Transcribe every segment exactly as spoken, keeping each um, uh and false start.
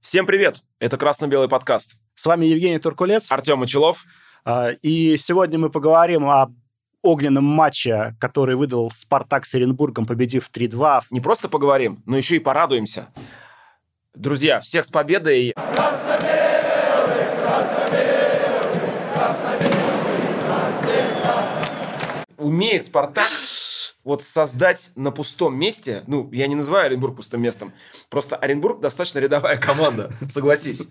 Всем привет! Это «Красно-белый подкаст». С вами Евгений Туркулец. Артем Мочелов. И сегодня мы поговорим о огненном матче, который выдал «Спартак» с Оренбургом, победив три-два. Не просто поговорим, но еще и порадуемся. Друзья, всех с победой! Красно-белый, красно-белый, красно-белый, навсегда. Умеет «Спартак» вот создать на пустом месте, ну, я не называю Оренбург пустым местом, просто Оренбург достаточно рядовая команда, согласись.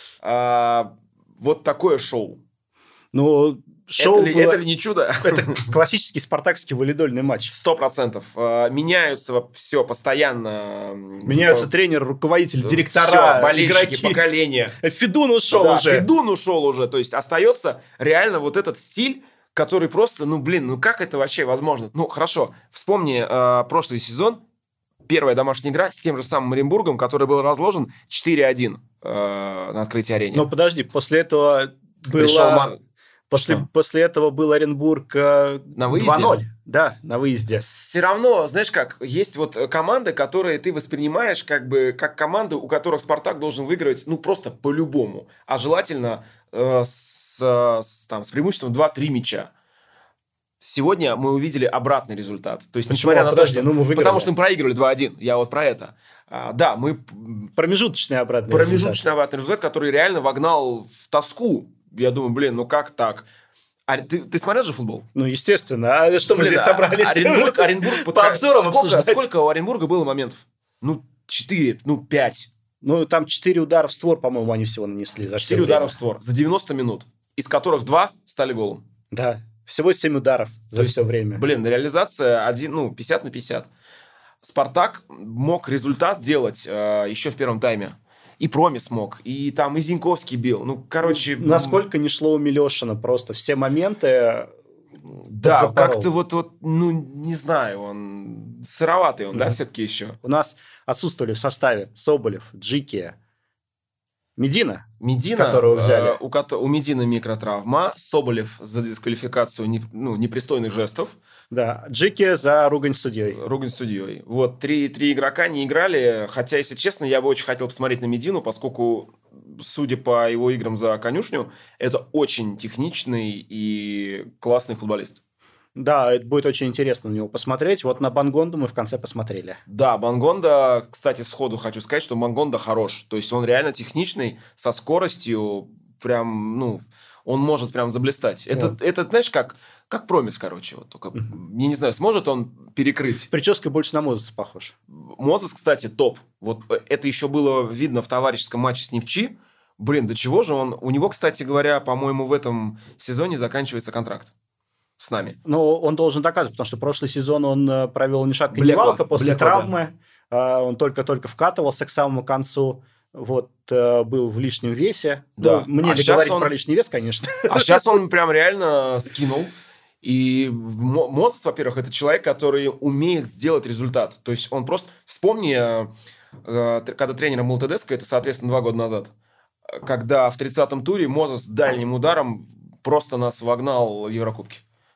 А, вот такое шоу. Ну, шоу это, ли, было... это ли не чудо? Это классический спартакский волейбольный матч. Сто процентов. Меняются все постоянно. Меняются типа... тренеры, руководители, директора, все, болельщики, игроки. Поколения. Федун ушел да, уже. Федун ушел уже. То есть остается реально вот этот стиль, который просто, ну, блин, ну как это вообще возможно? Ну, хорошо, вспомни э, прошлый сезон, первая домашняя игра с тем же самым Оренбургом, который был разложен четыре один э, на открытии арены. Но подожди, после этого было... После, после этого был Оренбург э, на выезде? два ноль. Да, на выезде. Все равно, знаешь как, есть вот команды, которые ты воспринимаешь как бы как команды, у которых «Спартак» должен выигрывать, ну, просто по-любому. А желательно э, с, с, там, с преимуществом два-три мяча. Сегодня мы увидели обратный результат. То есть, Почему? несмотря на Подожди, то, что... Ну, мы выиграли. Потому что мы проигрывали два один. Я вот про это. А, да, мы... Промежуточный обратный Промежуточный результат. обратный результат, который реально вогнал в тоску. Я думаю, блин, ну как так? А ты, ты смотрел же футбол? Ну, естественно. А что блин, мы здесь собрались? Оренбург, Оренбург по обзорам сколько, обсуждать. Сколько у Оренбурга было моментов? Ну, четыре, ну, пять. Ну, там четыре удара в створ, по-моему, они всего нанесли. За четыре удара в створ за девяносто минут, из которых два стали голом. Да, всего семь ударов за То есть, все время. Блин, реализация один, ну, пятьдесят на пятьдесят. «Спартак» мог результат делать э, еще в первом тайме. И Промис мог, и там и Зиньковский бил. Ну, короче... Насколько не шло у Милешина просто. Все моменты... Да, как-то вот, вот, ну, не знаю, он сыроватый он, mm-hmm. да, все-таки еще. У нас отсутствовали в составе Соболев, Джики, Медина, Медина, которого взяли. Э, у, у Медина микротравма, Соболев за дисквалификацию не, ну, непристойных жестов. Да, Джики за ругань с судьей. Ругань с судьей. Вот, три, три игрока не играли, хотя, если честно, я бы очень хотел посмотреть на Медину, поскольку, судя по его играм за конюшню, это очень техничный и классный футболист. Да, это будет очень интересно на него посмотреть. Вот на Бангонду мы в конце посмотрели. Да, Бангонда, кстати, сходу хочу сказать, что Бангонда хорош. То есть он реально техничный, со скоростью, прям, ну, он может прям заблистать. Это, вот. это знаешь, как, как Промис, короче. Вот, только, uh-huh. Я не знаю, сможет он перекрыть. Прическа больше на Мозеса похож. Мозес, кстати, топ. Вот это еще было видно в товарищеском матче с Невчи. Блин, до чего же он... У него, кстати говоря, по-моему, в этом сезоне заканчивается контракт с нами. Ну, он должен доказывать, потому что прошлый сезон он провел ни шатка, ни валка после Блекла, травмы. Да. Он только-только вкатывался к самому концу. Вот, был в лишнем весе. Да. Ну, мне а ли говорить он... про лишний вес, конечно. А сейчас он прям реально скинул. И Мозес, во-первых, это человек, который умеет сделать результат. То есть он просто... Вспомни, когда тренером был Тедеско, это, соответственно, два года назад, когда в тридцатом туре Мозес дальним ударом просто нас вогнал в Еврокубке.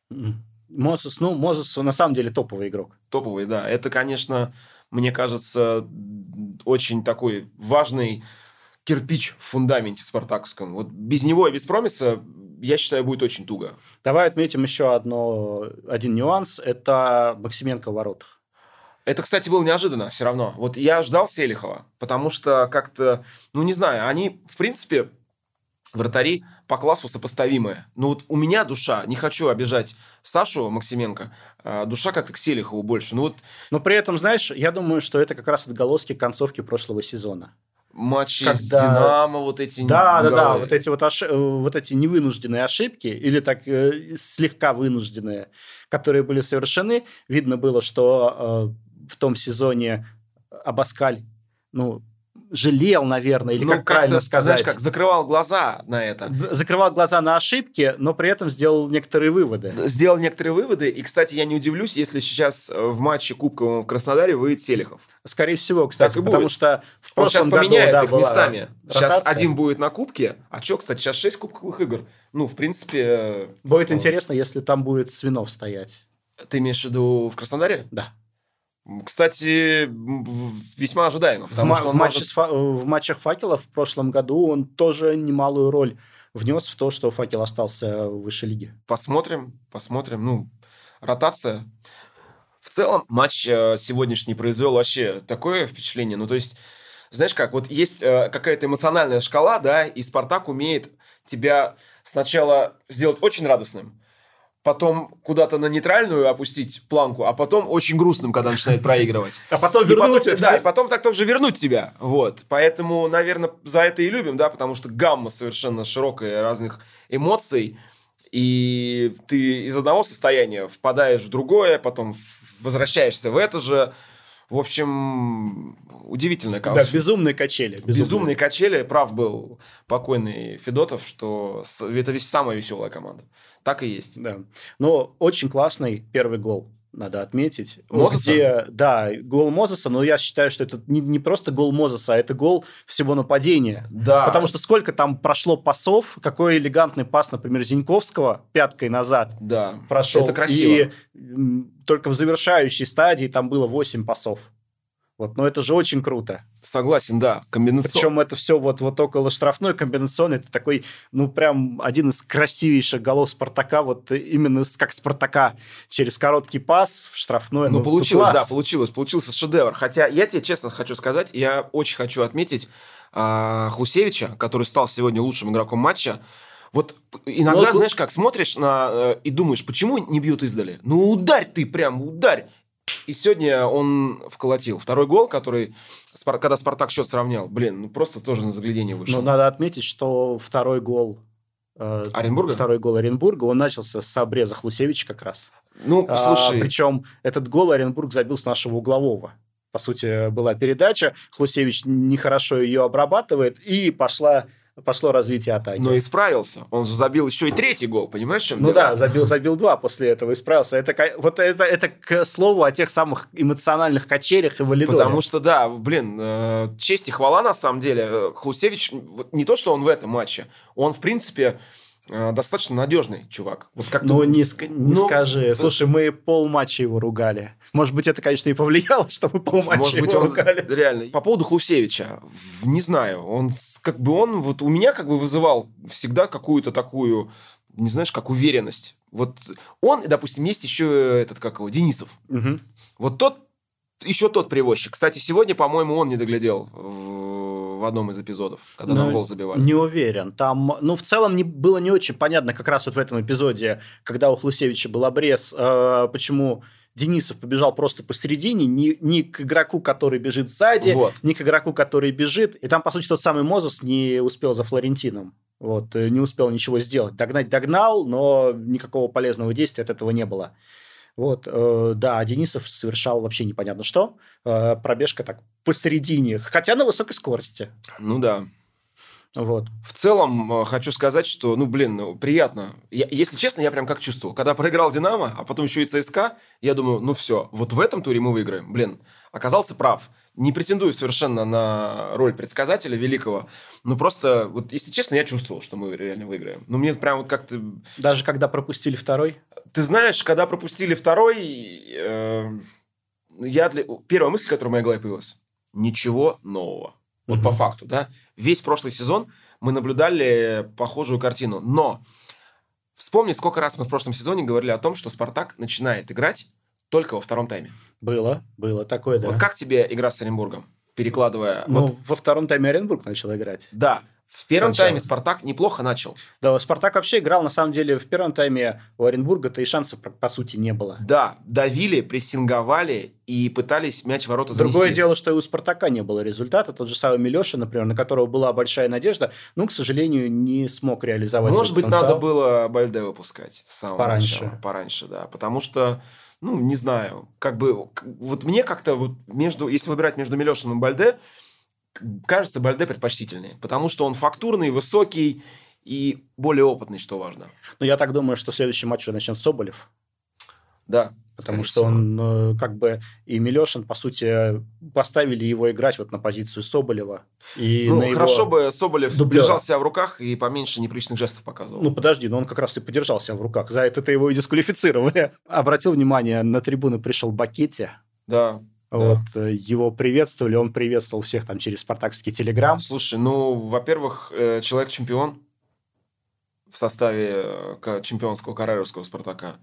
Мозес, ну, Мозес на самом деле топовый игрок. Топовый, да. Это, конечно, мне кажется, очень такой важный кирпич в фундаменте спартаковском. Вот без него и без Промиса, я считаю, будет очень туго. Давай отметим еще одно, один нюанс. Это Максименко в воротах. Это, кстати, было неожиданно все равно. Вот я ждал Селихова, потому что как-то, ну, не знаю, они, в принципе... Вратари по классу сопоставимые. Но вот у меня душа, не хочу обижать Сашу Максименко, душа как-то к Селихову больше. Ну, вот... Но при этом, знаешь, я думаю, что это как раз отголоски концовки прошлого сезона. Матчи Когда... с Динамо, вот эти... Да, да, да, вот эти вот, ош... вот эти невынужденные ошибки, или так э, слегка вынужденные, которые были совершены. Видно было, что э, в том сезоне Абаскаль, ну... жалел, наверное, или ну, как, как правильно сказать. Знаешь, как закрывал глаза на это. Закрывал глаза на ошибки, но при этом сделал некоторые выводы. Сделал некоторые выводы, и, кстати, я не удивлюсь, если сейчас в матче Кубковом в Краснодаре выйдет Селихов. Скорее всего, кстати, так и потому будет. что в Он прошлом сейчас году, поменяет да, их местами. ротация. Сейчас один будет на Кубке, а что, кстати, сейчас шесть кубковых игр. Ну, в принципе... Будет ну... интересно, если там будет Свинов стоять. Ты имеешь в виду в Краснодаре? Да. Кстати, весьма ожидаемо. В, ма- в, матче может... с фа- в матчах «Факелов» в прошлом году он тоже немалую роль внес в то, что «Факел» остался в высшей лиге. Посмотрим, посмотрим. Ну, ротация. В целом, матч сегодняшний произвел вообще такое впечатление. Ну, то есть, знаешь как, вот есть какая-то эмоциональная шкала, да, и «Спартак» умеет тебя сначала сделать очень радостным, потом куда-то на нейтральную опустить планку, а потом очень грустным, когда начинает проигрывать. А потом вернуть это. Да, и потом так тоже вернуть тебя. Вот. Поэтому, наверное, за это и любим, да, потому что гамма совершенно широкая разных эмоций, и ты из одного состояния впадаешь в другое, потом возвращаешься в это же. В общем, удивительная кауза. Да, безумные качели. Безумные. безумные качели. Прав был покойный Федотов, что это самая веселая команда. Так и есть. Да. Но очень классный первый гол, надо отметить. Мозеса? Где, да, гол Мозеса, но я считаю, что это не, не просто гол Мозеса, а это гол всего нападения. Да. Потому что сколько там прошло пасов, какой элегантный пас, например, Зиньковского пяткой назад да. прошел. Это красиво. И только в завершающей стадии там было восемь пасов. Вот, но это же очень круто. Согласен, да, комбинационно. Причем это все вот, вот около штрафной комбинационный. Это такой, ну, прям один из красивейших голов Спартака, вот именно как Спартака. Через короткий пас в штрафной. Ну, ну получилось, класс. да, получилось. Получился шедевр. Хотя я тебе честно хочу сказать, я очень хочу отметить а, Хлусевича, который стал сегодня лучшим игроком матча. Вот иногда, ну, знаешь как, смотришь на, э, и думаешь, почему не бьют издали? Ну, ударь ты прям, ударь. И сегодня он вколотил. Второй гол, который, когда Спартак счет сравнял, блин, ну просто тоже на заглядение вышел. Ну, надо отметить, что второй гол э, Оренбурга? Второй гол Оренбурга, он начался с обреза Хлусевича как раз. Ну, слушай. А, причем этот гол Оренбург забил с нашего углового. По сути, была передача, Хлусевич нехорошо ее обрабатывает, и пошла... пошло развитие атаки. Но исправился. Он же забил еще и третий гол, понимаешь, в чем Ну дело? да, забил, забил два после этого, исправился. Это, вот это, это к слову о тех самых эмоциональных качелях и валидоре. Потому что, да, блин, э, честь и хвала на самом деле. Хлусевич, вот не то, что он в этом матче, он, в принципе, э, достаточно надежный чувак. Вот как-то... Ну, не, ск- не ну, скажи. Слушай, мы полматча его ругали. Может быть, это, конечно, и повлияло, что мы полматча Может быть, его он ругали. Реально. По поводу Хлусевича, не знаю, он как бы он вот у меня как бы вызывал всегда какую-то такую, не знаешь, как уверенность. Вот он, допустим, есть еще этот, как его, Денисов. Угу. Вот тот, еще тот привозчик. Кстати, сегодня, по-моему, он не доглядел в одном из эпизодов, когда ну, нам гол забивали. Не уверен. Там, ну, в целом не, было не очень понятно как раз вот в этом эпизоде, когда у Хлусевича был обрез, э, почему... Денисов побежал просто посередине, ни, ни к игроку, который бежит сзади, вот. ни к игроку, который бежит. И там, по сути, тот самый Мозес не успел за Флорентином. Вот, не успел ничего сделать. Догнать догнал, но никакого полезного действия от этого не было. Вот, э, да, Денисов совершал вообще непонятно что. Э, пробежка так посередине, хотя на высокой скорости. Ну да. Вот. В целом, хочу сказать, что, ну, блин, ну, приятно. Я, если честно, я прям как чувствовал. Когда проиграл «Динамо», а потом еще и ЦСКА, я думаю, ну, все, вот в этом туре мы выиграем. Блин, оказался прав. Не претендую совершенно на роль предсказателя великого, но просто, вот, если честно, я чувствовал, что мы реально выиграем. Ну, мне прям вот как-то... Даже когда пропустили второй? Ты знаешь, когда пропустили второй, э, я для... первая мысль, которая у меня в голове появилась, ничего нового. Вот угу. По факту, да. Весь прошлый сезон мы наблюдали похожую картину. Но вспомни, сколько раз мы в прошлом сезоне говорили о том, что «Спартак» начинает играть только во втором тайме. Было, было такое, да. Вот как тебе игра с Оренбургом, перекладывая... Ну, вот... во втором тайме Оренбург начал играть. Да. В первом Сначала. тайме «Спартак» неплохо начал. Да, «Спартак» вообще играл, на самом деле, в первом тайме у Оренбурга-то и шансов, по сути, не было. Да, давили, прессинговали и пытались мяч в ворота занести. Другое дело, что и у «Спартака» не было результата. Тот же самый Милешин, например, на которого была большая надежда, ну, к сожалению, не смог реализовать Может свой быть, потенциал. надо было Бальде выпускать с самого Пораньше. начала. Пораньше, да. Потому что, ну, не знаю, как бы... Вот мне как-то вот между... Если выбирать между Милешиным и Бальде, кажется, Бальде предпочтительнее, потому что он фактурный, высокий и более опытный, что важно. Но я так думаю, что следующий матч начнет Соболев. Да. Потому что всего. он как бы и Милешин, по сути, поставили его играть вот на позицию Соболева. И ну, на хорошо его... бы Соболев дублера. держал себя в руках и поменьше неприличных жестов показывал. Ну, подожди, но он как раз и подержал себя в руках. За это-то его и дисквалифицировали. Обратил внимание, на трибуны пришел Бакетти. Да. Вот, да. Его приветствовали, он приветствовал всех там через спартакский телеграм. Слушай, ну, во-первых, человек-чемпион в составе чемпионского карьеровского «Спартака».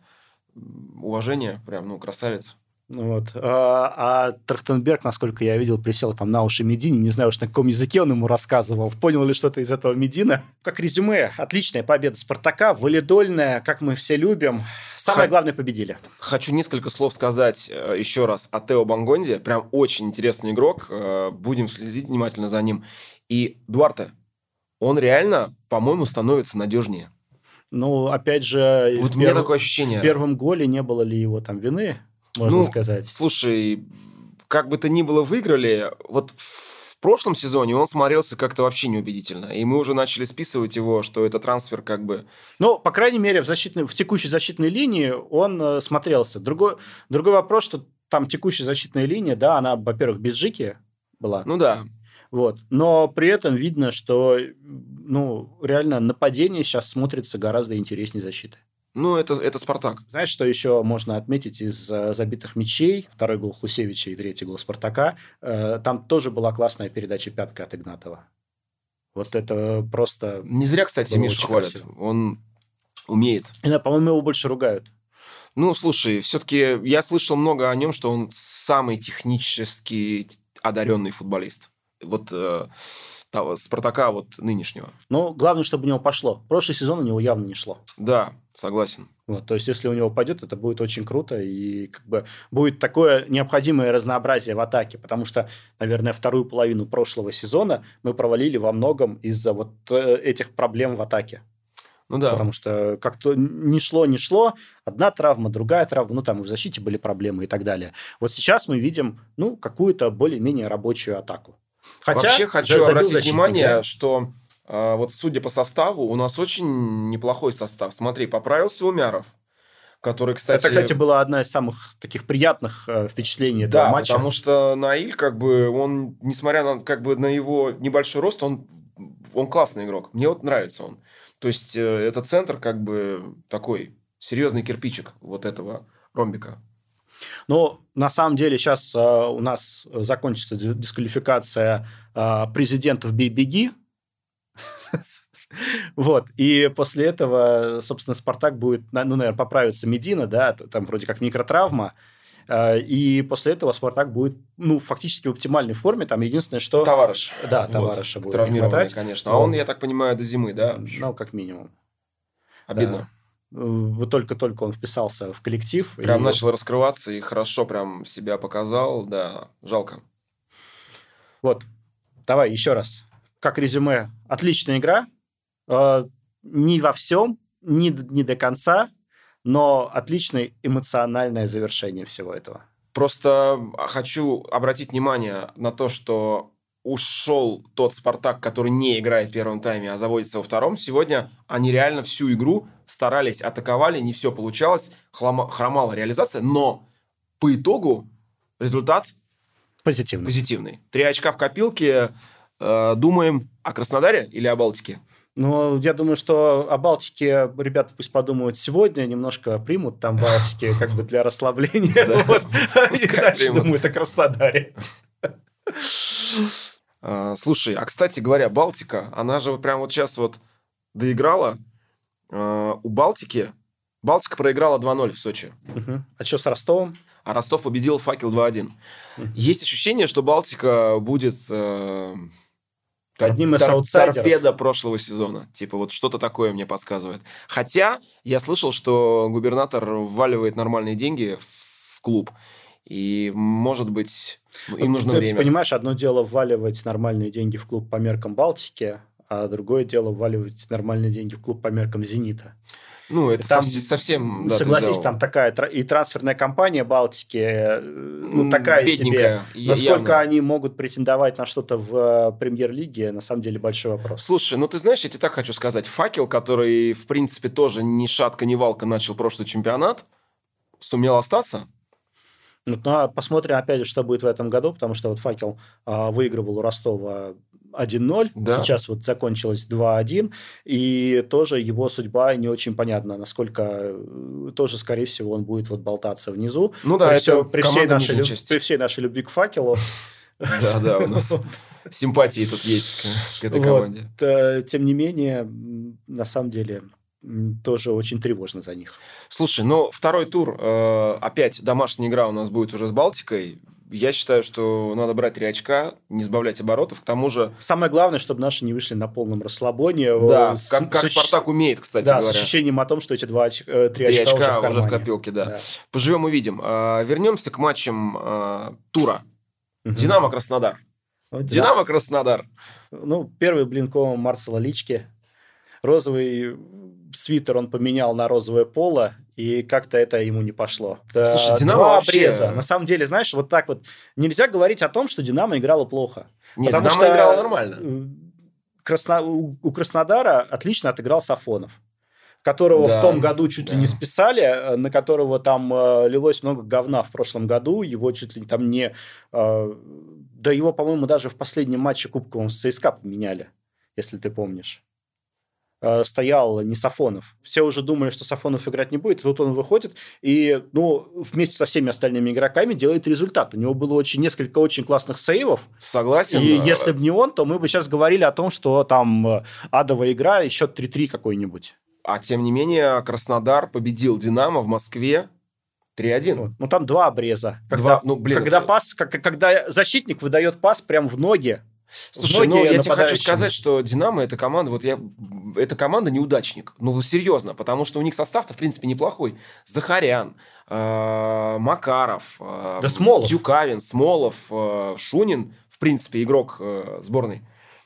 Уважение, прям, ну, красавец. Вот. А, а Трахтенберг, насколько я видел, присел там на уши Медине. Не знаю уж, на каком языке он ему рассказывал. Понял ли что-то из этого Медина? Как резюме, отличная победа «Спартака», валидольная, как мы все любим. Самое Х... главное, победили. Хочу несколько слов сказать еще раз о Тео Бангонде. Прям очень интересный игрок. Будем следить внимательно за ним. И Дуарте, он реально, по-моему, становится надежнее. Ну, опять же... Вот у меня перв... такое ощущение. В первом голе не было ли его там вины? Можно ну, сказать. Слушай, как бы то ни было выиграли, вот в прошлом сезоне он смотрелся как-то вообще неубедительно. И мы уже начали списывать его, что это трансфер как бы... Ну, по крайней мере, в, защитной, в текущей защитной линии он э, смотрелся. Другой, другой вопрос, что там текущая защитная линия, да, она, во-первых, без Жики была. Ну да. Вот. Но при этом видно, что ну, реально нападение сейчас смотрится гораздо интереснее защиты. Ну, это, это «Спартак». Знаешь, что еще можно отметить из uh, забитых мячей? Второй гол Хлусевича и третий гол «Спартака». Uh, там тоже была классная передача пятка от Игнатова. Вот это просто... Не зря, кстати, Мишу хвалят. Красиво. Он умеет. И, да, по-моему, его больше ругают. Ну, слушай, все-таки я слышал много о нем, что он самый технически одаренный футболист. Вот... Uh, того, «Спартака» вот нынешнего. Ну, главное, чтобы у него пошло. Прошлый сезон у него явно не шло. Да, согласен. Вот, то есть, если у него пойдет, это будет очень круто, и как бы будет такое необходимое разнообразие в атаке, потому что, наверное, вторую половину прошлого сезона мы провалили во многом из-за вот этих проблем в атаке. Ну да. Потому что как-то не шло, не шло, одна травма, другая травма, ну там и в защите были проблемы и так далее. Вот сейчас мы видим, ну, какую-то более-менее рабочую атаку. Хотя, вообще хочу обратить внимание, что э, вот судя по составу, у нас очень неплохой состав. Смотри, поправился Умяров, который, кстати... Это, кстати, была одна из самых таких приятных э, впечатлений этого да, матча. Да, потому что Наиль, как бы, он, несмотря на, как бы, на его небольшой рост, он, он классный игрок. Мне вот нравится он. То есть, э, это центр, как бы, такой серьезный кирпичик вот этого ромбика. Но на самом деле сейчас э, у нас закончится дисквалификация э, президентов «Бей-беги». Вот. И после этого, собственно, «Спартак» будет, ну, наверное, поправится Медина, да, там вроде как микротравма. Э, и после этого «Спартак» будет, ну, фактически в оптимальной форме. Там единственное, что... Товарищ. Да, товарища вот, будет травмированный, конечно. А он, я так понимаю, до зимы, да? Ну, как минимум. Обидно. Да. Вот только-только он вписался в коллектив. Прям и... начал раскрываться и хорошо прям себя показал. Да, жалко. Вот, давай еще раз. Как резюме, отличная игра. Э, не во всем, не, не до конца, но отличное эмоциональное завершение всего этого. Просто хочу обратить внимание на то, что ушел тот «Спартак», который не играет в первом тайме, а заводится во втором. Сегодня они реально всю игру старались, атаковали, не все получалось, хлама, хромала реализация, но по итогу результат позитивный. позитивный. Три очка в копилке. Э, думаем о Краснодаре или о Балтике? Ну, я думаю, что о Балтике ребята пусть подумают сегодня, немножко примут там Балтики как бы для расслабления. И дальше думают о Краснодаре. Слушай, а, кстати говоря, Балтика, она же прям вот сейчас вот доиграла. У Балтики... Балтика проиграла два ноль в Сочи. Угу. А что с Ростовом? А Ростов победил «Факел» два один. Угу. Есть ощущение, что Балтика будет... Э, одним из аутсайдеров. Торпеда прошлого сезона. Типа вот что-то такое мне подсказывает. Хотя я слышал, что губернатор вваливает нормальные деньги в клуб. И, может быть, им нужно Ты время. Понимаешь, одно дело вваливать нормальные деньги в клуб по меркам Балтики, а другое дело вваливать нормальные деньги в клуб по меркам «Зенита». Ну, это там, совсем... Да, согласись, там такая и трансферная кампания Балтики, ну, такая бедненькая, себе. Насколько явно. Они могут претендовать на что-то в премьер-лиге, на самом деле большой вопрос. Слушай, ну ты знаешь, я тебе так хочу сказать. «Факел», который, в принципе, тоже ни шатка, ни валка начал прошлый чемпионат, сумел остаться. Ну, а посмотрим, опять же, что будет в этом году, потому что вот «Факел» а, выигрывал у Ростова один ноль, Да. сейчас вот закончилось два один, и тоже его судьба не очень понятна, насколько э, тоже, скорее всего, он будет вот болтаться внизу. Ну да, при, это всё- при, всей команда нашей, нижней люб- части. при всей нашей любви к факелу. Да, да, у нас симпатии тут есть к, к этой Вот, команде. э, Тем не менее, м, на самом деле, м, тоже очень тревожно за них. Слушай, ну второй тур, э, опять домашняя игра у нас будет уже с Балтикой. Я считаю, что надо брать три очка, не сбавлять оборотов. К тому же, Самое главное, чтобы наши не вышли на полном расслабоне. да, э, с- как, как с ощ- Спартак умеет, кстати Да, говоря. с ощущением о том, что эти два оч- э, три Три очка, очка уже в уже в кармане. копилке, да. Да. Поживем увидим. А, вернемся к матчам а, тура. Мгм. Динамо-Краснодар. Вот, Динамо-Краснодар. Ну, первый блинком Марсела Лички. Розовый свитер он поменял на розовое поло, и как-то это ему не пошло. Да, Слушай, Динамо два вообще- обреза. На самом деле, знаешь, вот так вот нельзя говорить о том, что Динамо играла плохо. Нет, Потому Динамо что, играла нормально. э, Красно- У у Краснодара отлично отыграл Сафонов, которого Да, в том году чуть да. ли не списали, э, на которого там э, лилось много говна в прошлом году, его чуть ли там не... э, Да его, по-моему, даже в последнем матче кубковом с ЦСКА поменяли, если ты помнишь. Э, Стоял не Сафонов. Все уже думали, что Сафонов играть не будет, и тут он выходит и, ну, вместе со всеми остальными игроками делает результат. У него было очень, несколько очень классных сейвов, Согласен. и а, если бы не он, то мы бы сейчас говорили о том, что там э, адовая игра и счет три-три какой-нибудь. А тем не менее, Краснодар победил Динамо в Москве три один. Вот. Ну, там два обреза. Когда, Два, ну, блин, когда, это- пас, как- когда защитник выдает пас прям в ноги. в Слушай, ну ноги я тебе хочу нападающему. сказать, что Динамо это команда, вот я, это команда неудачник. Ну серьезно, потому что у них состав-то в принципе неплохой. Захарян, э, Макаров, э, Да Смолов. Тюкавин, Смолов, э, Шунин, в принципе игрок э, сборной.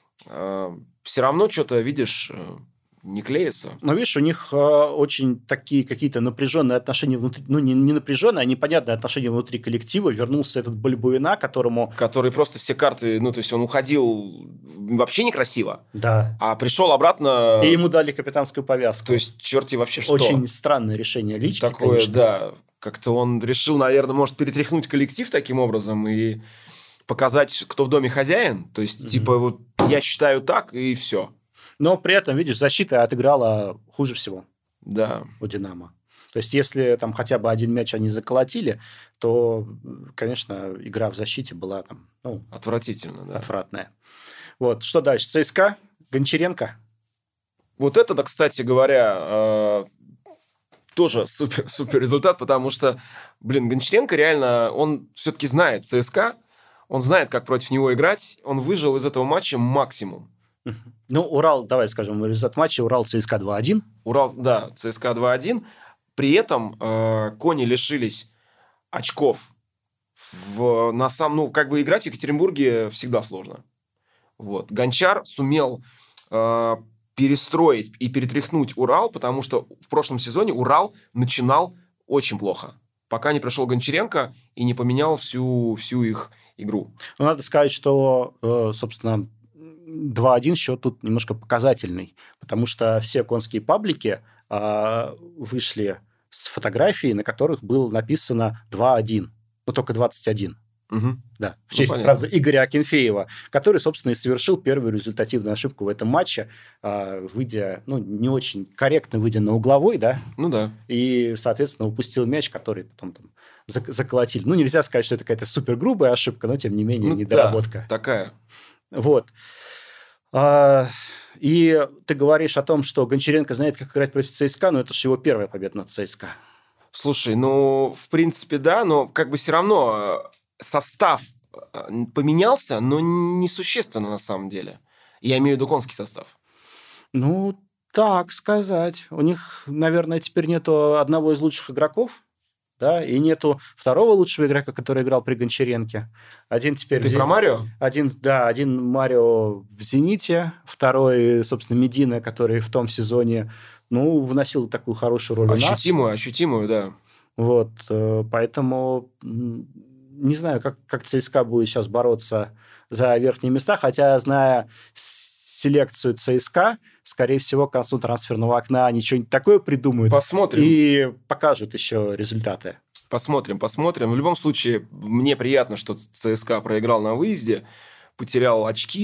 Все равно что-то видишь э, не клеится. Но видишь, у них э, очень такие какие-то напряженные отношения внутри, ну не, не напряженные, а непонятные отношения внутри коллектива. Вернулся этот Бальбуина, которому... Который просто все карты, ну то есть он уходил вообще некрасиво, Да. а пришел обратно. И ему дали капитанскую повязку. То есть черти вообще что? Очень странное решение Лички, Такое, конечно. да. Как-то он решил, наверное, может перетряхнуть коллектив таким образом и показать, кто в доме хозяин. То есть, Мгм. типа, вот я считаю так, и все. Но при этом, видишь, защита отыграла хуже всего Да. у «Динамо». То есть, если там хотя бы один мяч они заколотили, то, конечно, игра в защите была там, ну, Отвратительно, да. отвратная. Вот, что дальше? ЦСКА, Гончаренко. Вот это, да, кстати говоря, э, тоже супер, супер результат, потому что, блин, Гончаренко реально, он все-таки знает ЦСКА, он знает, как против него играть, он выжил из этого матча максимум. Ну, Урал, давай скажем, результат матча. Урал ЦСКА два один. Урал, да, ЦСКА два один. При этом э, кони лишились очков. В, на сам, ну, как бы играть в Екатеринбурге всегда сложно. Вот. Гончар сумел э, перестроить и перетряхнуть Урал, потому что в прошлом сезоне Урал начинал очень плохо, пока не пришел Гончаренко и не поменял всю, всю их игру. Ну, надо сказать, что, э, собственно, два один счет тут немножко показательный, потому что все конские паблики э, вышли с фотографией, на которых было написано два один, но только двадцать один. Угу. Да, в Ну, честь, понятно. правда, Игоря Акинфеева, который, собственно, и совершил первую результативную ошибку в этом матче, э, выйдя, ну, не очень корректно выйдя на угловой, да, Ну да. и, соответственно, упустил мяч, который потом там зак- заколотили. Ну, нельзя сказать, что это какая-то супер грубая ошибка, но, тем не менее, Ну, недоработка. да, такая. Вот. А, и ты говоришь о том, что Гончаренко знает, как играть против ЦСКА, но это же его первая победа над ЦСКА. Слушай, ну, в принципе, да, но как бы все равно э, состав э, поменялся, но несущественно на самом деле. Я имею в виду конский состав. Ну, так сказать. У них, наверное, теперь нету одного из лучших игроков, да, и нету второго лучшего игрока, который играл при Гончаренке. Один теперь... Ты в Зе- про Марио? Один, да, один Марио в «Зените», второй, собственно, Медина, который в том сезоне, ну, вносил такую хорошую роль у нас. Ощутимую, ощутимую, да. Вот, э, поэтому м, не знаю, как, как ЦСКА будет сейчас бороться за верхние места, хотя, зная с- селекцию ЦСКА, скорее всего, к концу трансферного окна они что-нибудь такое придумают Посмотрим. и покажут еще результаты. Посмотрим, посмотрим. В любом случае, мне приятно, что ЦСКА проиграл на выезде, потерял очки,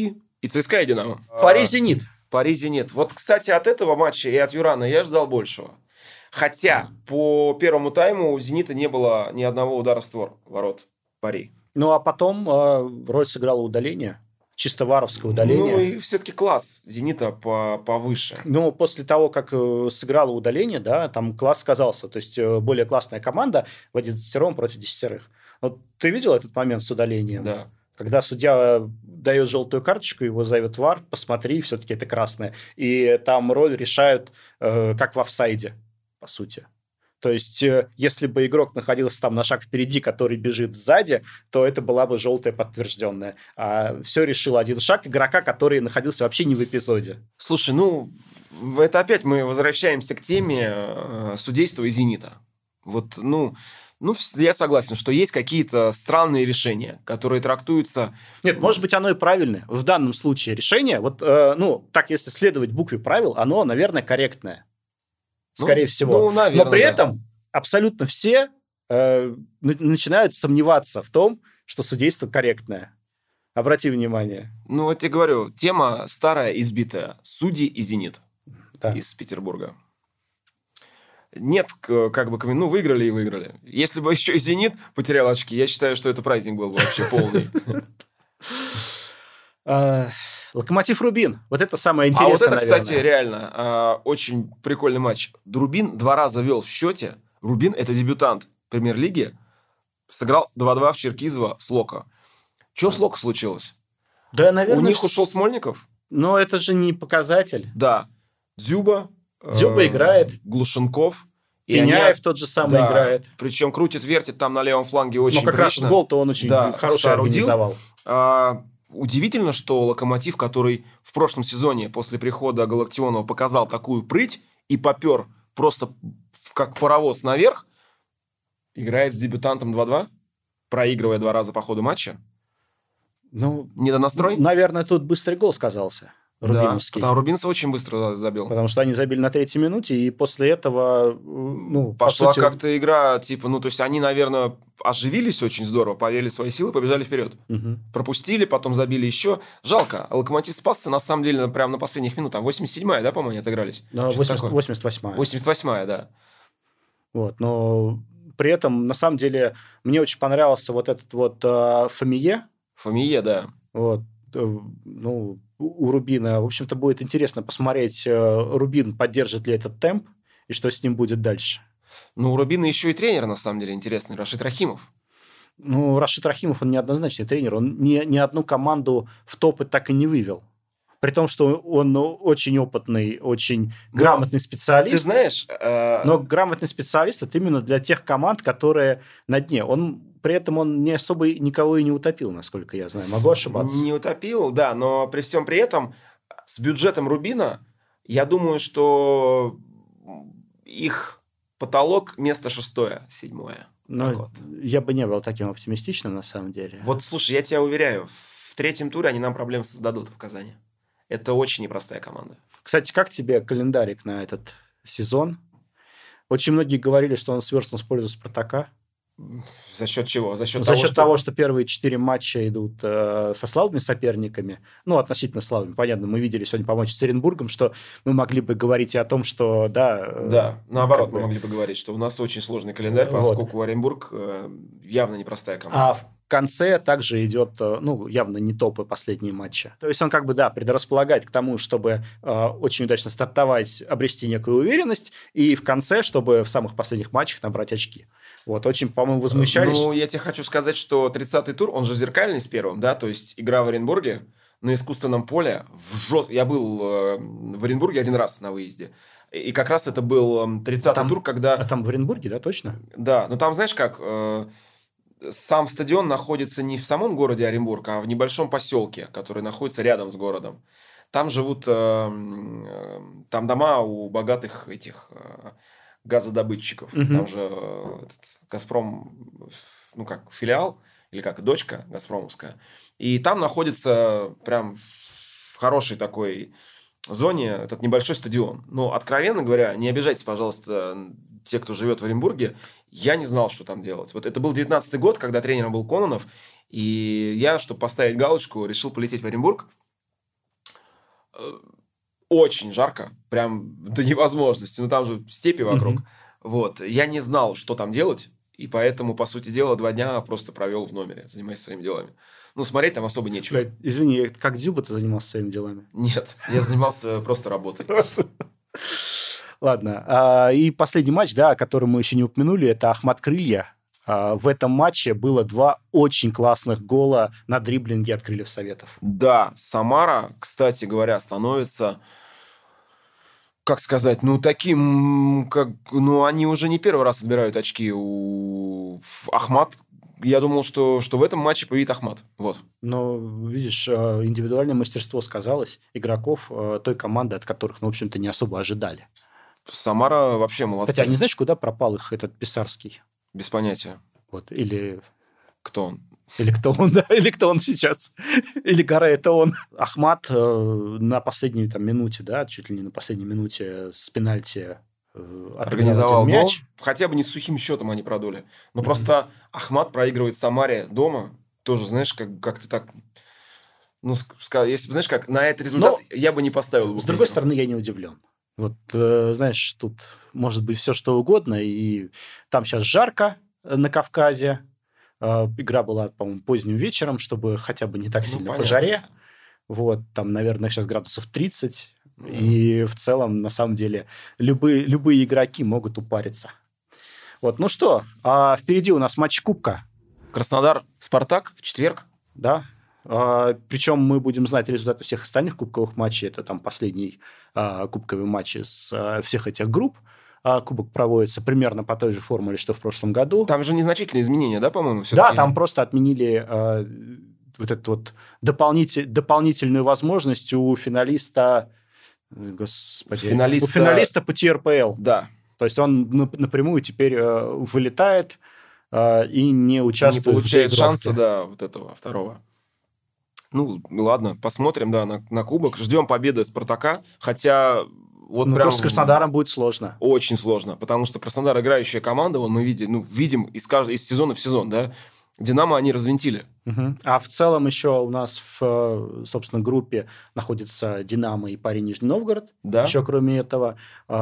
И ЦСКА, и Динамо. Пари «Зенит». Пари «Зенит». Вот, кстати, от этого матча и от Юрана я ждал большего. Хотя по первому тайму у «Зенита» не было ни одного удара в створ ворот Пари. Ну, а потом э, роль сыграло удаление. Чисто варовское удаление. Ну, и все-таки класс «Зенита» по повыше. Ну, после того, как э, сыграло удаление, да, там класс сказался. То есть, э, более классная команда в одиннадцатером против десятерых. Вот ты видел этот момент с удалением? Да. Когда судья дает желтую карточку, его зовет ВАР, посмотри, все-таки это красное. И там роль решают, э, как в офсайде, по сути. То есть, э, если бы игрок находился там на шаг впереди, который бежит сзади, то это была бы желтая подтвержденная. А все решил один шаг игрока, который находился вообще не в эпизоде. Слушай, ну, это опять мы возвращаемся к теме э, судейства и «Зенита». Вот, ну... Ну, я согласен, что есть какие-то странные решения, которые трактуются... Нет, может быть, оно и правильное. В данном случае решение, вот, э, ну, так, если следовать букве правил, оно, наверное, корректное. Скорее ну, всего. Ну, наверное, Но при да. этом абсолютно все э, начинают сомневаться в том, что судейство корректное. Обрати внимание. Ну, вот я говорю, тема старая, избитая. Судьи и «Зенит» Да. из Петербурга. Нет, как бы, ну, выиграли и выиграли. Если бы еще и «Зенит» потерял очки, я считаю, что это праздник был бы вообще полный. Локомотив Рубин. Вот это самое интересное, А вот это, наверное. кстати, реально очень прикольный матч. Рубин два раза вел в счете. Рубин – это дебютант премьер-лиги. Сыграл два-два в Черкизово с Локо. Что с Локо случилось? Да, наверное, У них с- ушел Смольников? Но это же не показатель. Да. Дзюба. Дзюба э, играет. Глушенков. И Пеняев они- тот же самый да, играет. Причем крутит-вертит там на левом фланге очень Но как раз прилично. гол-то он очень Да, хороший соорудил. организовал. А, удивительно, что Локомотив, который в прошлом сезоне после прихода Галактионова показал такую прыть и попер просто как паровоз наверх, играет с дебютантом два-два, проигрывая два раза по ходу матча. Ну, Недонастрой? наверное, тут быстрый гол сказался. Да, Рубиновский. потому Рубинцев очень быстро забил. Потому что они забили на третьей минуте, и после этого, ну, по Пошла сути, как-то игра, типа, ну, то есть они, наверное, оживились очень здорово, поверили в свои силы, побежали вперед. Мгм. Пропустили, потом забили еще. Жалко, Локомотив спасся, на самом деле, прямо на последних минутах. восемьдесят седьмая, да, по-моему, они отыгрались? Но Что-то восемьдесят- такое. восемьдесят восьмая. восемьдесят восьмая, да. Вот, но при этом, на самом деле, мне очень понравился вот этот вот э, Фомие. Фомие, да. Вот, э, ну, у у Рубина. В общем-то, будет интересно посмотреть, э, Рубин поддержит ли этот темп, и что с ним будет дальше. Ну, у Рубина еще и тренер, на самом деле, интересный, Рашид Рахимов. Ну, Рашид Рахимов, он неоднозначный тренер. Он ни, ни одну команду в топы так и не вывел. При том, что он ну, очень опытный, очень грамотный специалист. Ты знаешь... э, Но грамотный специалист – это именно для тех команд, которые на дне. Он, при этом он не особо никого и не утопил, насколько я знаю. Могу ошибаться. Не утопил, да, но при всем при этом с бюджетом Рубина, я думаю, что их потолок место шестое, седьмое. Но Так вот. я бы не был таким оптимистичным, на самом деле. Вот, слушай, я тебя уверяю, в третьем туре они нам проблем создадут в Казани. Это очень непростая команда. Кстати, как тебе календарик на этот сезон? Очень многие говорили, что он сверстан с пользу «Спартака». За счет чего? За счет, За того, счет что... того, что первые четыре матча идут э, со слабыми соперниками, ну, относительно слабыми, понятно, мы видели сегодня по матчу с Оренбургом, что мы могли бы говорить и о том, что, да... э, Да, наоборот, как мы бы- могли бы говорить, что у нас очень сложный календарь, Вот. поскольку Оренбург э, явно непростая команда. А в конце также идет, э, ну, явно не топы последние матчи. То есть он как бы, да, предрасполагает к тому, чтобы э, очень удачно стартовать, обрести некую уверенность, и в конце, чтобы в самых последних матчах набрать очки. Вот, очень, по-моему, возмущались. Ну, я тебе хочу сказать, что тридцатый тур, он же зеркальный с первым, да, то есть игра в Оренбурге на искусственном поле. В жест... Я был э, в Оренбурге один раз на выезде. И как раз это был тридцатый Там- тур, когда... А там в Оренбурге, да, точно? Да, но там, знаешь как, э, сам стадион находится не в самом городе Оренбург, а в небольшом поселке, который находится рядом с городом. Там живут, э, э, там дома у богатых этих э, газодобытчиков. Мгм. Там же э, этот «Газпром», ну как, филиал, или как, дочка «Газпромовская». И там находится прям в хорошей такой зоне этот небольшой стадион. Но, откровенно говоря, не обижайтесь, пожалуйста, те, кто живет в Оренбурге, я не знал, что там делать. Вот это был девятнадцатый год, когда тренером был Кононов, и я, чтобы поставить галочку, решил полететь в Оренбург. очень жарко, прям до невозможности. Ну, там же степи вокруг. Mm-hmm. Вот. Я не знал, что там делать, и поэтому, по сути дела, два дня просто провел в номере, занимаясь своими делами. Ну, смотреть там особо нечего. Блядь, извини, как Дзюба ты занимался своими делами? Нет, я занимался просто работой. Ладно. И последний матч, да, который мы еще не упомянули, это Ахмат Крылья. В этом матче было два очень классных гола на дриблинге от Крыльев Советов. Да, Самара, кстати говоря, становится, как сказать, ну, таким, как, ну, они уже не первый раз отбирают очки у Ахмат. Я думал, что, что в этом матче победит Ахмат. Вот. Но, видишь, индивидуальное мастерство сказалось игроков той команды, от которых, ну, в общем-то, не особо ожидали. Самара вообще молодцы. Хотя, не знаешь, куда пропал их этот Писарский? Без понятия. Вот, или... Кто он? Или кто он, да, или кто он сейчас. Или Гора это он. Ахмат э, на последней там, минуте, да, чуть ли не на последней минуте с пенальти э, организовал мяч. Гол. Хотя бы не с сухим счетом они продули. Но mm-hmm. просто Ахмат проигрывает Самаре дома. Тоже, знаешь, как, как-то так... Ну, если, знаешь, как на этот результат Но, я бы не поставил. С другой стороны, я не удивлен. Вот, э, знаешь, тут может быть все, что угодно. И там сейчас жарко на Кавказе. Э, игра была, по-моему, поздним вечером, чтобы хотя бы не так ну, сильно понятно. По жаре. Вот, там, наверное, сейчас градусов тридцать. Mm. И в целом, на самом деле, любые, любые игроки могут упариться. Вот, ну что, а впереди у нас матч Кубка. Краснодар-Спартак в четверг. Да. А, причем мы будем знать результаты всех остальных кубковых матчей. Это там последний а, кубковый матч из а, всех этих групп. А, кубок проводится примерно по той же формуле, что в прошлом году. Там же незначительные изменения, да, по-моему? Все-таки? Да, там просто отменили а, вот эту вот дополнитель, дополнительную возможность у финалиста... Господи, финалиста... У финалиста по Ти Эр Пэ Эл. Да. То есть он напрямую теперь а, вылетает а, и не участвует в не получает шанса, да, вот этого второго. Ну, ладно, посмотрим, да, на, на кубок. Ждем победы Спартака, хотя... Вот ну, прям с Краснодаром будет сложно. Очень сложно, потому что Краснодар играющая команда, вон мы видим, ну, видим из, каждого, из сезона в сезон, да, Динамо они развинтили. Угу. А в целом еще у нас в, собственно, группе находится Динамо и Пари Нижний Новгород. Да. Еще кроме этого,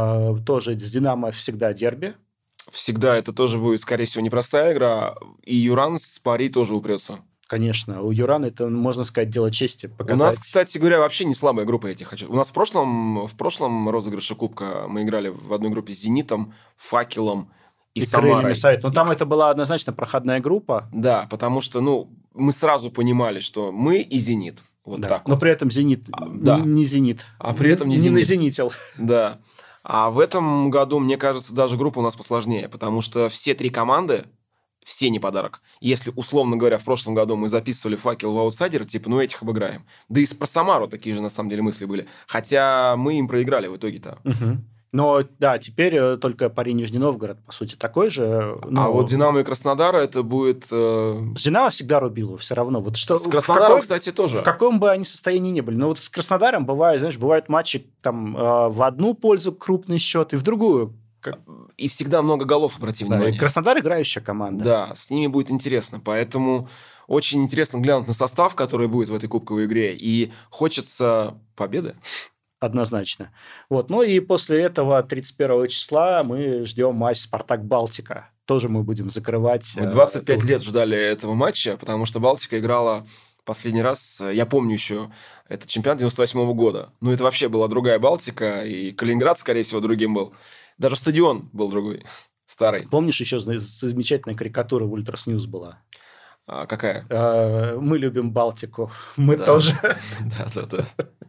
тоже с Динамо всегда дерби. Всегда это тоже будет, скорее всего, непростая игра. И Юран с Пари тоже упрется. Конечно, у Юрана это, можно сказать, дело чести показать. У нас, кстати говоря, вообще не слабая группа, я тебе хочу. У нас в прошлом, в прошлом розыгрыше Кубка мы играли в одной группе с «Зенитом», «Факелом» и, и «Самарой». Совет. Но и... там это была однозначно проходная группа. Да, потому что ну, мы сразу понимали, что мы и «Зенит». Вот да. так Но вот. при этом «Зенит» а, да. не «Зенит». А при этом не, не «Зенит». Не назенитил. Да. А в этом году, мне кажется, даже группа у нас посложнее, потому что все три команды все не подарок. Если, условно говоря, в прошлом году мы записывали «Факел» в аутсайдеры, типа, ну, этих обыграем. Да и про «Самару» такие же, на самом деле, мысли были. Хотя мы им проиграли в итоге-то. Угу. Но, да, теперь только Пари Нижний Новгород, по сути, такой же. Но... А вот «Динамо» и «Краснодар» это будет... Э... С «Динамо» всегда рубило все равно. Вот что, с «Краснодаром», какой, кстати, тоже. В каком бы они состоянии ни были. Но вот с «Краснодаром» бывает, знаешь, бывают матчи там в одну пользу крупный счет и в другую. Как... И всегда много голов, обрати да, внимание. Краснодар играющая команда. Да, с ними будет интересно. Поэтому очень интересно глянуть на состав, который будет в этой кубковой игре. И хочется победы. Однозначно. Вот. Ну и после этого тридцать первого числа мы ждем матч «Спартак-Балтика». Тоже мы будем закрывать. Мы двадцать пять лет ждали этого матча, потому что «Балтика» играла последний раз, я помню еще, это чемпионат девяносто восьмого года. Ну, это вообще была другая «Балтика», и Калининград, скорее всего, другим был. Даже стадион был другой, старый. Помнишь, еще замечательная карикатура в Ультрас Ньюс была? А, какая? А, мы любим Балтику. Мы да. тоже. Да-да-да.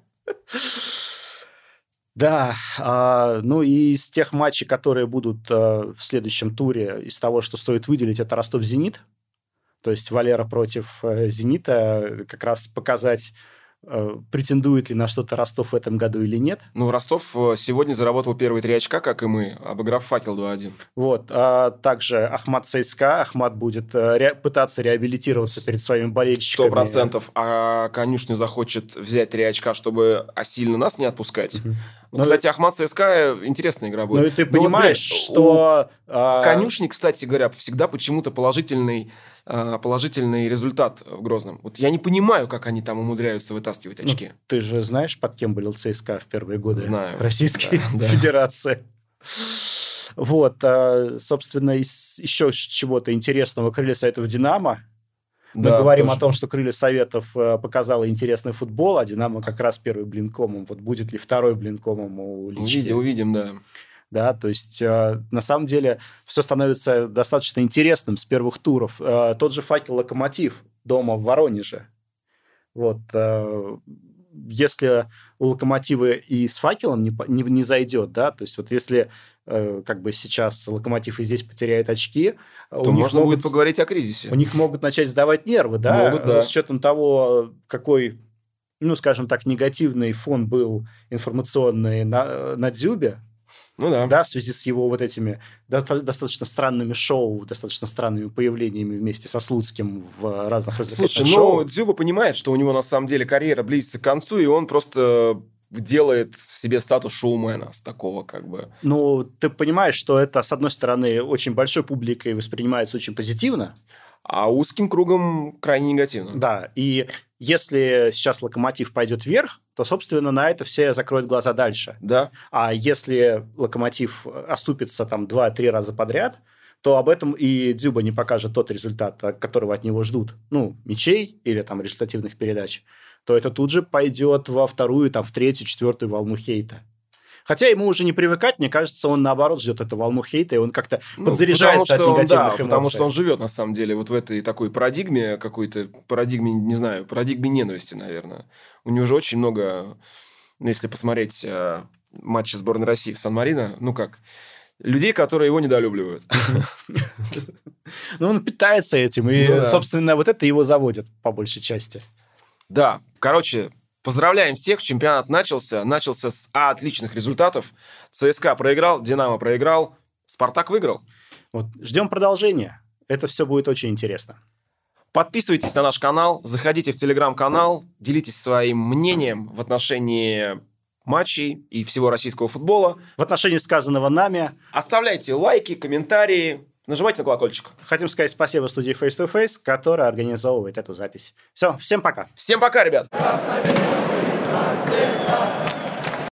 Да, а, ну и из тех матчей, которые будут а, в следующем туре, из того, что стоит выделить, это Ростов-Зенит. То есть Валера против а, Зенита, как раз показать, а, претендует ли на что-то Ростов в этом году или нет. Ну, Ростов сегодня заработал первые три очка, как и мы, обыграв «Факел» два один. Вот, а также Ахмат ЦСКА. Ахмат будет ре- пытаться реабилитироваться перед своими болельщиками. Сто процентов. А Конюшня захочет взять три очка, чтобы сильно нас не отпускать. Угу. Ну, кстати, Ахмат ЦСКА интересная игра будет. Ну, и ты Но понимаешь, вот, что... А... Конюшни, кстати говоря, всегда почему-то положительный, положительный результат в Грозном. Вот я не понимаю, как они там умудряются вытаскивать очки. Ну, ты же знаешь, под кем болел ЦСКА в первые годы? Знаю. Российской да, Федерации. Да. Вот, собственно, из еще чего-то интересного. Крылья Советов Динамо. Мы да, говорим тоже. О том, что Крылья Советов показало интересный футбол, а Динамо как раз первый блинкомом. Вот будет ли второй блинкомом у Лички? Увидим, увидим, да. Да, то есть, э, на самом деле, все становится достаточно интересным с первых туров. Э, тот же «Факел Локомотив» дома в Воронеже. Вот, э, если у «Локомотива» и с «Факелом» не, не, не зайдет, да, то есть, вот если э, как бы сейчас «Локомотив» и здесь потеряет очки, то можно могут, будет поговорить о кризисе. У них могут начать сдавать нервы, да, могут, да. С учетом того, какой, ну, скажем так, негативный фон был информационный на, на Дзюбе. Ну да. Да, в связи с его вот этими доста- достаточно странными шоу, достаточно странными появлениями вместе со Слуцким в разных развлекательных Слушай, шоу. ну, Дзюба понимает, что у него на самом деле карьера близится к концу, и он просто делает себе статус шоумена с такого как бы... Ну, ты понимаешь, что это, с одной стороны, очень большой публикой воспринимается очень позитивно. А узким кругом крайне негативно. Да, и если сейчас «Локомотив» пойдет вверх, то, собственно, на это все закроют глаза дальше. Да. А если «Локомотив» оступится там два-три раза подряд, то об этом и Дзюба не покажет тот результат, которого от него ждут. Ну, мячей или там результативных передач. То это тут же пойдет во вторую, там, в третью, четвертую волну хейта. Хотя ему уже не привыкать, мне кажется, он наоборот ждет эту волну хейта, и он как-то ну, подзаряжается от негативных да, эмоций. Потому что он живет, на самом деле, вот в этой такой парадигме, какой-то парадигме, не знаю, парадигме ненависти, наверное. У него же очень много, если посмотреть э, матчи сборной России в Сан-Марино, ну как, людей, которые его недолюбливают. Ну, он питается этим, и, собственно, вот это его заводит, по большей части. Да, короче... Поздравляем всех, чемпионат начался. Начался с отличных результатов. ЦСКА проиграл, Динамо проиграл, Спартак выиграл. Вот, ждем продолжения. Это все будет очень интересно. Подписывайтесь на наш канал, заходите в телеграм-канал, делитесь своим мнением в отношении матчей и всего российского футбола. В отношении сказанного нами. Оставляйте лайки, комментарии, нажимайте на колокольчик. Хотим сказать спасибо студии Face to Face, которая организовывает эту запись. Все, всем пока. Всем пока, ребят. Красный, белый, красный,